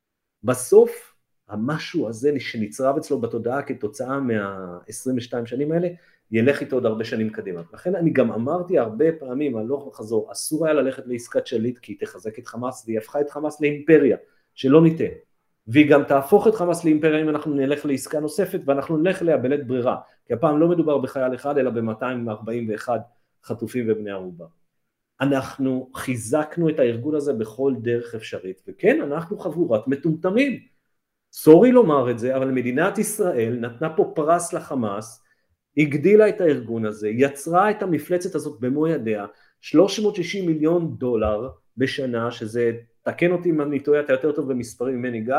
בסוף, המשהו הזה שנצרב אצלו בתודעה כתוצאה מה-22 שנים האלה, ילך איתו עוד הרבה שנים קדימה. לכן אני גם אמרתי הרבה פעמים, הלוך וחזור, אסור היה ללכת לעסקת שליט, כי היא תחזק את חמאס, והיא הפכה את חמאס לאימפריה, שלא ניתן. והיא גם תהפוך את חמאס לאימפריה אם אנחנו נלך לעסקה נוספת, ואנחנו נלך אליה בלית ברירה, כי הפעם לא מדובר בחייל אחד, אלא ב-241 חטופים ובני ערובה. אנחנו חיזקנו את הארגון הזה בכל דרך אפשרית, וכן, אנחנו חבורת מטומטמים. סורי לומר את זה, אבל מדינת ישראל נתנה פה פרס לחמאס, הגדילה את הארגון הזה, יצרה את המפלצת הזאת במו ידיה, $360 מיליון בשנה, שזה, תקן אותי אם אני טועה, אתה יותר טוב במספרים ממני גיא,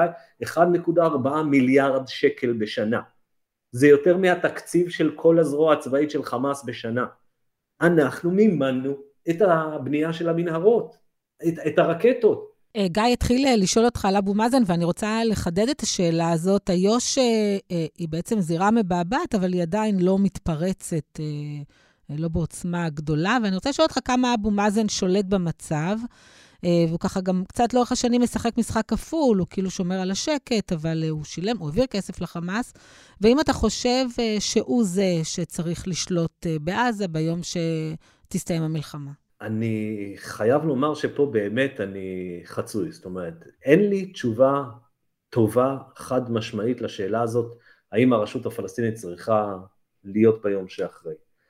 1.4 מיליארד שקל בשנה. זה יותר מהתקציב של כל הזרוע הצבאית של חמאס בשנה. אנחנו מימנו את הבנייה של המנהרות, את הרקטות. גיא התחיל לשאול אותך על אבו מאזן, ואני רוצה לחדד את השאלה הזאת. איו"ש היא בעצם זירה מבעבעת, אבל היא עדיין לא מתפרצת, לא בעוצמה גדולה, ואני רוצה לשאול אותך כמה אבו מאזן שולט במצב, והוא ככה גם קצת לאורך השנים משחק משחק כפול, הוא כאילו שומר על השקט, אבל הוא שילם, הוא העביר כסף לחמאס, ואם אתה חושב שהוא זה שצריך לשלוט בעזה ביום שתסתיים המלחמה. אני חייב לומר שפה באמת אני חצוי, זאת אומרת, אין לי תשובה טובה, חד משמעית לשאלה הזאת, האם הרשות הפלסטינית צריכה להיות ביום שאחרי.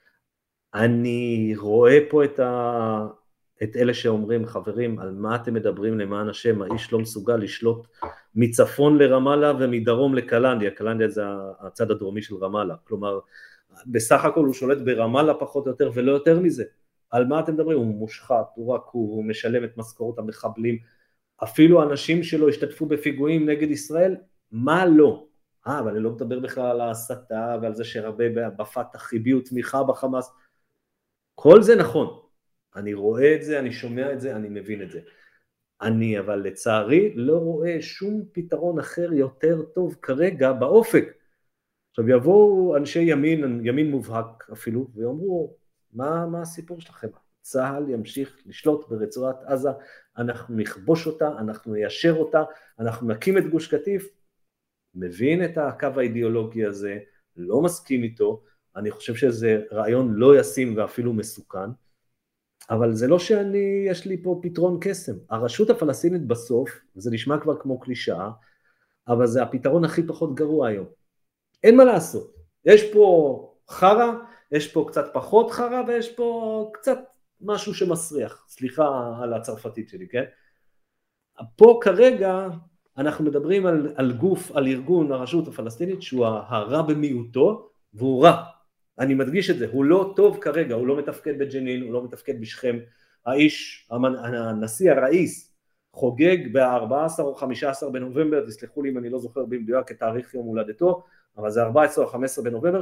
אני רואה פה את אלה שאומרים, חברים, על מה אתם מדברים למען השם, האיש לא מסוגל לשלוט מצפון לרמאללה ומדרום לקלנדיה, קלנדיה זה הצד הדרומי של רמאללה, כלומר, בסך הכל הוא שולט ברמאללה פחות או יותר ולא יותר מזה. על מה אתם מדברים? הוא מושחת, הוא רקוב, הוא משלם את משכורות המחבלים, אפילו האנשים שלו השתתפו בפיגועים נגד ישראל, מה לא? אבל אני לא מדבר בכלל על ההסתה ועל זה שהרבה בפתח הביעו תמיכה בחמאס, כל זה נכון, אני רואה את זה, אני שומע את זה, אני מבין את זה. אני אבל לצערי לא רואה שום פתרון אחר יותר טוב כרגע באופק. עכשיו יבואו אנשי ימין מובהק אפילו, ואומרו, מה הסיפור שלכם? צה"ל ימשיך לשלוט ברצועת עזה, אנחנו נכבוש אותה, אנחנו ניישר אותה, אנחנו נקים את גוש קטיף, מבין את הקו האידיאולוגי הזה, לא מסכים איתו, אני חושב שזה רעיון לא ישים ואפילו מסוכן, אבל זה לא יש לי פה פתרון קסם. הרשות הפלסטינית בסוף, וזה נשמע כבר כמו קלישאה, אבל זה הפתרון הכי פחות גרוע היום. אין מה לעשות. יש פה חרה, יש פה קצת פחות חרה, ויש פה קצת משהו שמסריח. סליחה על הצרפתית שלי, כן? פה כרגע אנחנו מדברים על גוף, על ארגון הרשות הפלסטינית, שהוא הרע במיעוטו, והוא רע. אני מדגיש את זה, הוא לא טוב כרגע, הוא לא מתפקד בג'נין, הוא לא מתפקד בשכם. האיש, הנשיא הראיס, חוגג ב-14 או 15 בנובמבר, תסלחו לי אם אני לא זוכר במדויק את תאריך יום הולדתו, אבל זה 14 או 15 בנובמבר,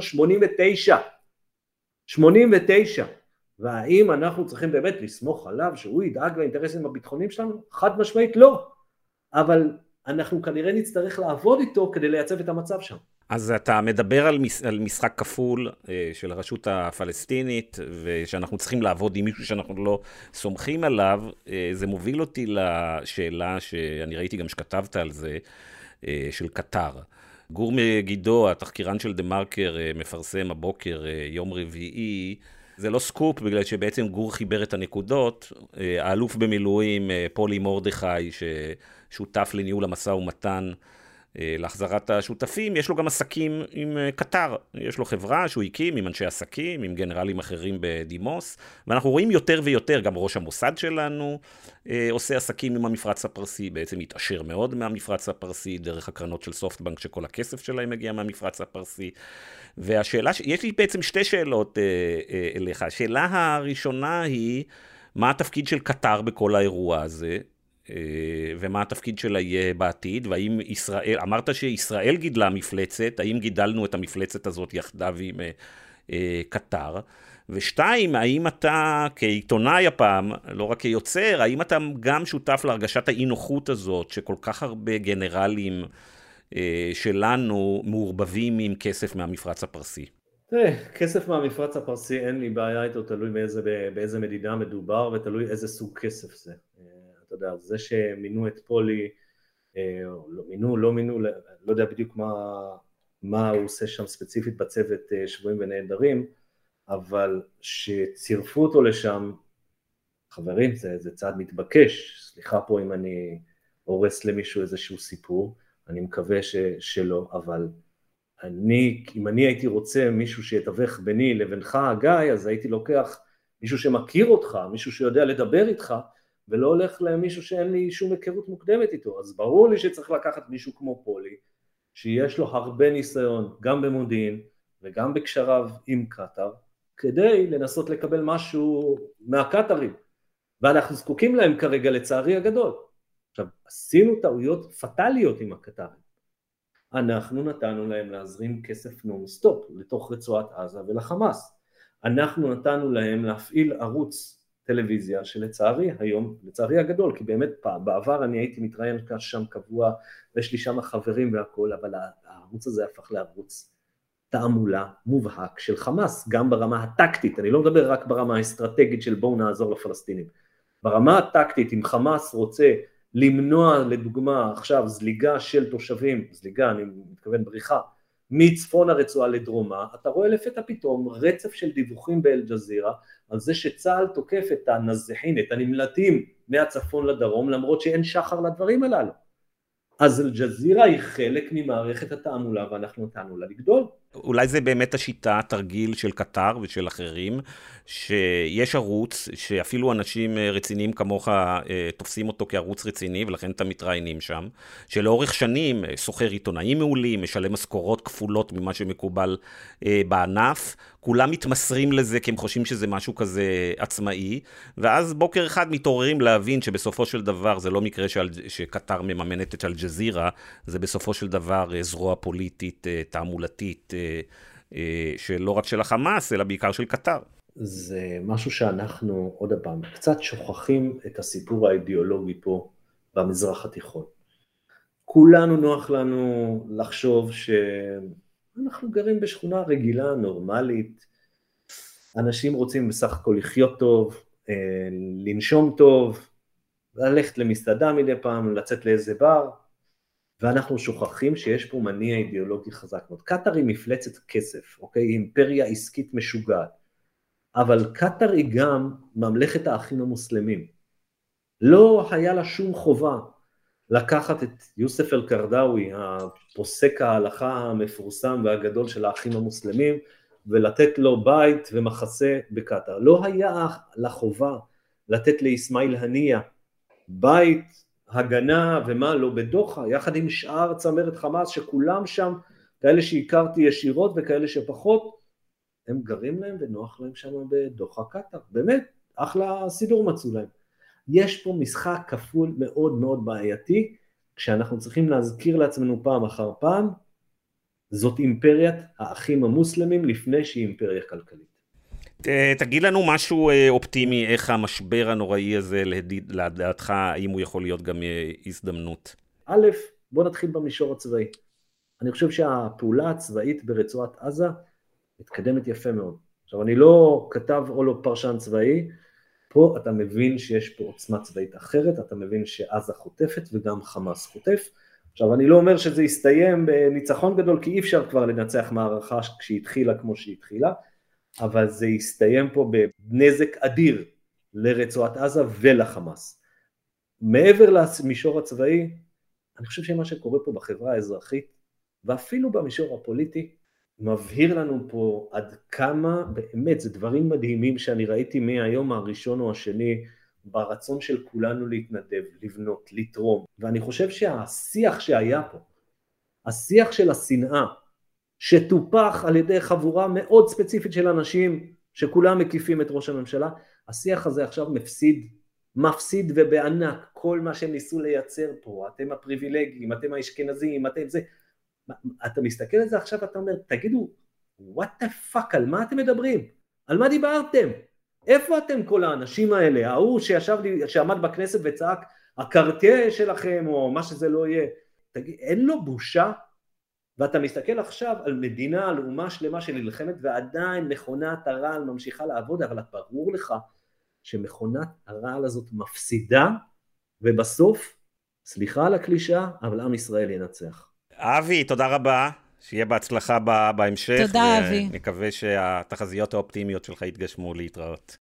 89. והאם אנחנו צריכים באמת לסמוך עליו שהוא ידאג לאינטרסים הביטחוניים שלנו? חד משמעית לא. אבל אנחנו כנראה נצטרך לעבוד איתו כדי לייצב את המצב שם. אז אתה מדבר על משחק כפול של הרשות הפלסטינית, ושאנחנו צריכים לעבוד עם מישהו שאנחנו לא סומכים עליו. זה מוביל אותי לשאלה שאני ראיתי גם שכתבת על זה, של קטר. גור מגידו, התחקירן של דה מרקר, מפרסם הבוקר, יום רביעי, זה לא סקופ, בגלל שבעצם גור חיבר את הנקודות. האלוף במילואים, פולי מורדכי, ששותף לניהול המשא ומתן להחזרת השותפים, יש לו גם עסקים עם קטר, יש לו חברה שהוא הקים עם אנשי עסקים, עם גנרלים אחרים בדימוס, ואנחנו רואים יותר ויותר, גם ראש המוסד שלנו עושה עסקים עם המפרץ הפרסי, בעצם מתעשר מאוד מהמפרץ הפרסי, דרך הקרנות של סופטבנק שכל הכסף שלהם מגיע מהמפרץ הפרסי, והשאלה, יש לי בעצם שתי שאלות אליך, השאלה הראשונה היא, מה התפקיד של קטר בכל האירוע הזה, ומה התפקיד שלה יהיה בעתיד, והאם ישראל, אמרת שישראל גידלה מפלצת, האם גידלנו את המפלצת הזאת יחדיו עם קטר, ושתיים, האם אתה כעיתונאי הפעם, לא רק כיוצר, האם אתה גם שותף להרגשת האי נוחות הזאת, שכל כך הרבה גנרלים שלנו מעורבבים עם כסף מהמפרץ הפרסי? תראה, כסף מהמפרץ הפרסי אין לי בעיה איתו, תלוי באיזה מדינה מדובר ותלוי איזה סוג כסף זה. אתה יודע, זה שמינו את פולי, לא מינו, לא יודע בדיוק מה הוא עושה שם ספציפית בצוות שבויים ונהדרים, אבל שצירפו אותו לשם, חברים, זה צעד מתבקש, סליחה פה אם אני הורס למישהו איזשהו סיפור, אני מקווה שלא, אבל אם אני הייתי רוצה מישהו שיתווך ביני לבינך, גיא, אז הייתי לוקח מישהו שמכיר אותך, מישהו שיודע לדבר איתך, ולא הולך למישהו שאין לי שום היכרות מוקדמת איתו. אז ברור לי שצריך לקחת מישהו כמו פולי, שיש לו הרבה ניסיון, גם במודיעין וגם בקשריו עם קטר, כדי לנסות לקבל משהו מהקטרים. ואנחנו זקוקים להם כרגע לצערי הגדול. עכשיו, עשינו טעויות פטליות עם הקטרים. אנחנו נתנו להם להזרים כסף נון-סטופ לתוך רצועת עזה ולחמאס. אנחנו נתנו להם להפעיל ערוץ טלוויזיה שלצערי היום, לצערי הגדול, כי באמת בעבר אני הייתי מתראיין שם קבוע, ויש לי שם חברים והכל, אבל הערוץ הזה הפך לערוץ תעמולה מובהק של חמאס, גם ברמה הטקטית, אני לא מדבר רק ברמה האסטרטגית של בואו נעזור לפלסטינים, ברמה הטקטית, אם חמאס רוצה למנוע לדוגמה עכשיו זליגה של תושבים, זליגה אני מתכוון בריחה, מצפון הרצועה לדרומה, אתה רואה לפתע פתאום רצף של דיווחים באל-ג'זירה, על זה שצהל תוקף את הנזחין, את הנמלטים מהצפון לדרום, למרות שאין שחר לדברים הללו. אז אל-ג'זירה היא חלק ממערכת התעמולה, ואנחנו נתנו לה לגדול. אולי זה באמת השיטה, תרגיל של קטר ושל אחרים, שיש ערוץ, שאפילו אנשים רציניים כמוך תופסים אותו כערוץ רציני, ולכן אתם מתראיינים שם, שלאורך שנים סוחר עיתונאים מעולים, משלם משכורות כפולות ממה שמקובל בענף, כולם מתמסרים לזה כי הם חושבים שזה משהו כזה עצמאי, ואז בוקר אחד מתעוררים להבין שבסופו של דבר זה לא מקרה שקטר מממנת את אל-ג'זירה, זה בסופו של דבר זרוע פוליטית, תעמולתית, שלא רק של החמאס, אלא בעיקר של קטר. זה משהו שאנחנו, עוד פעם, קצת שוכחים את הסיפור האידיאולוגי פה במזרח התיכון. כולנו נוח לנו לחשוב שאנחנו גרים בשכונה רגילה, נורמלית, אנשים רוצים בסך הכל לחיות טוב, לנשום טוב, ללכת למסעדה מדי פעם, לצאת לאיזה בר, ואנחנו שוכחים שיש פה מניע אידיאולוגי חזק מאוד. קטר היא מפלצת כסף, אוקיי? היא אימפריה עסקית משוגעת, אבל קטר היא גם ממלכת האחים המוסלמים. לא היה לה שום חובה לקחת את יוסף אל-קרדאווי, הפוסק ההלכה המפורסם והגדול של האחים המוסלמים, ולתת לו בית ומחסה בקטר. לא היה לה חובה לתת לאסמאעיל הנייה בית, הגנה ומה לא בדוחה, יחד עם שאר צמרת חמאס שכולם שם, כאלה שהכרתי ישירות וכאלה שפחות, הם גרים להם ונוח להם שם בדוחה קטר. באמת, אחלה סידור מצאו להם. יש פה משחק כפול מאוד מאוד בעייתי, כשאנחנו צריכים להזכיר לעצמנו פעם אחר פעם, זאת אימפריית האחים המוסלמים לפני שהיא אימפריה כלכלית. תגיד לנו משהו אופטימי, איך המשבר הנוראי הזה, לדעתך, האם הוא יכול להיות גם הזדמנות? א', בוא נתחיל במישור הצבאי. אני חושב שהפעולה הצבאית ברצועת עזה מתקדמת יפה מאוד. עכשיו, אני לא כתב או לא פרשן צבאי, פה אתה מבין שיש פה עוצמה צבאית אחרת, אתה מבין שעזה חוטפת וגם חמאס חוטף. עכשיו, אני לא אומר שזה יסתיים בניצחון גדול, כי אי אפשר כבר לנצח מערכה כשהיא התחילה כמו שהיא התחילה, אבל זה יסתיים פה בנזק אדיר לרצועת עזה ולחמאס. מעבר למישור הצבאי, אני חושב שמה שקורה פה בחברה האזרחית, ואפילו במישור הפוליטי, מבהיר לנו פה עד כמה, באמת, זה דברים מדהימים שאני ראיתי מהיום הראשון או השני, ברצון של כולנו להתנדב, לבנות, לתרום. ואני חושב שהשיח שהיה פה, השיח של השנאה, שטופח על ידי חבורה מאוד ספציפית של אנשים, שכולם מקיפים את ראש הממשלה, השיח הזה עכשיו מפסיד ובענק, כל מה שהם ניסו לייצר פה, אתם הפריבילגיים, אתם האשכנזים, אתם זה, אתה מסתכל על זה עכשיו, אתה אומר, תגידו, what the fuck, על מה אתם מדברים? על מה דיברתם? איפה אתם כל האנשים האלה? ההוא שעמד בכנסת וצעק, הקרטיה שלכם, או מה שזה לא יהיה, תגיד, אין לו בושה? ואתה מסתכל עכשיו על מדינה, על אומה שלמה שנלחמת, ועדיין מכונת הרעל ממשיכה לעבוד, אבל ברור לך שמכונת הרעל הזאת מפסידה, ובסוף, סליחה על הקלישה, אבל עם ישראל ינצח. אבי, תודה רבה. שיהיה בהצלחה בהמשך. תודה, אבי. נקווה שהתחזיות האופטימיות שלך יתגשמו להתראות.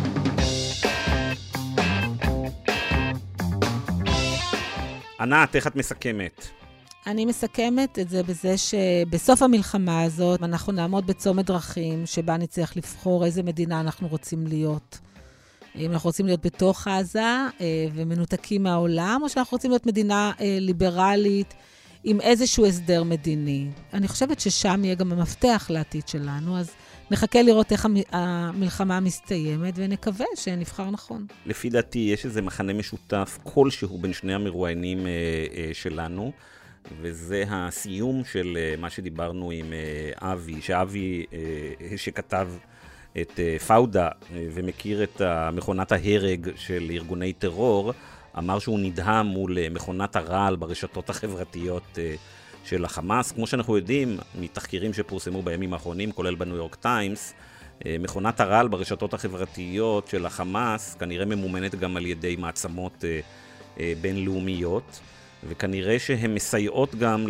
ענת, איך את מסכמת? אני מסכמת את זה בזה שבסוף המלחמה הזאת אנחנו נעמוד בצומת דרכים שבה נצטרך לבחור איזה מדינה אנחנו רוצים להיות. אם אנחנו רוצים להיות בתוך עזה ומנותקים מהעולם, או שאנחנו רוצים להיות מדינה ליברלית עם איזשהו הסדר מדיני. אני חושבת ששם יהיה גם המפתח לעתיד שלנו, אז נחכה לראות איך המלחמה מסתיימת, ונקווה שנבחר נכון. לפי דעתי יש איזה מחנה משותף כלשהו בין שני המרואיינים שלנו, וזה הסיום של מה שדיברנו עם אבי, שאבי שכתב את פאודה ומכיר את מכונת ההרג של ארגוני טרור, אמר שהוא נדהם מול מכונת הרעל ברשתות החברתיות של החמאס. כמו שאנחנו יודעים מתחקירים שפורסמו בימים האחרונים, כולל בניו יורק טיימס, מכונת הרעל ברשתות החברתיות של החמאס כנראה ממומנת גם על ידי מעצמות בינלאומיות, וכנראה שהן מסייעות גם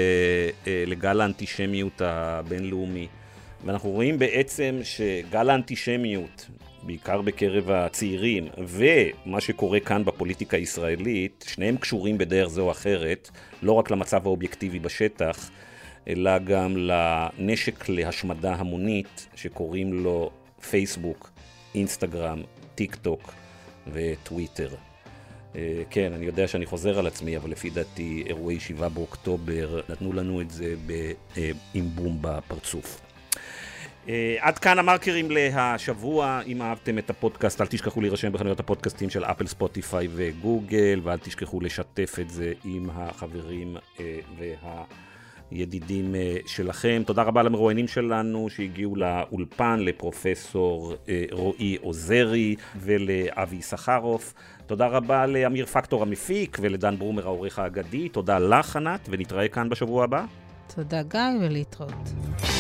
לגל האנטישמיות הבינלאומי. ואנחנו רואים בעצם שגל האנטישמיות, בעיקר בקרב הצעירים, ומה שקורה כאן בפוליטיקה הישראלית, שניהם קשורים בדרך זו או אחרת, לא רק למצב האובייקטיבי בשטח, אלא גם לנשק להשמדה המונית, שקוראים לו פייסבוק, אינסטגרם, טיק טוק וטוויטר. כן, אני יודע שאני חוזר על עצמי, אבל לפי דעתי אירועי 7 באוקטובר נתנו לנו את זה עם בום בפרצוף. עד כאן המרקרים להשבוע. אם אהבתם את הפודקאסט, אל תשכחו להירשם בחנויות הפודקאסטים של אפל, ספוטיפיי וגוגל, ואל תשכחו לשתף את זה עם החברים והידידים שלכם. תודה רבה למרואיינים שלנו שהגיעו לאולפן, לפרופסור רועי עוזרי ולאבי סחרוף. תודה רבה לאמיר פקטור המפיק ולדן ברומר העורך האגדי. תודה לך, ענת, ונתראה כאן בשבוע הבא. תודה גיא, ולהתראות.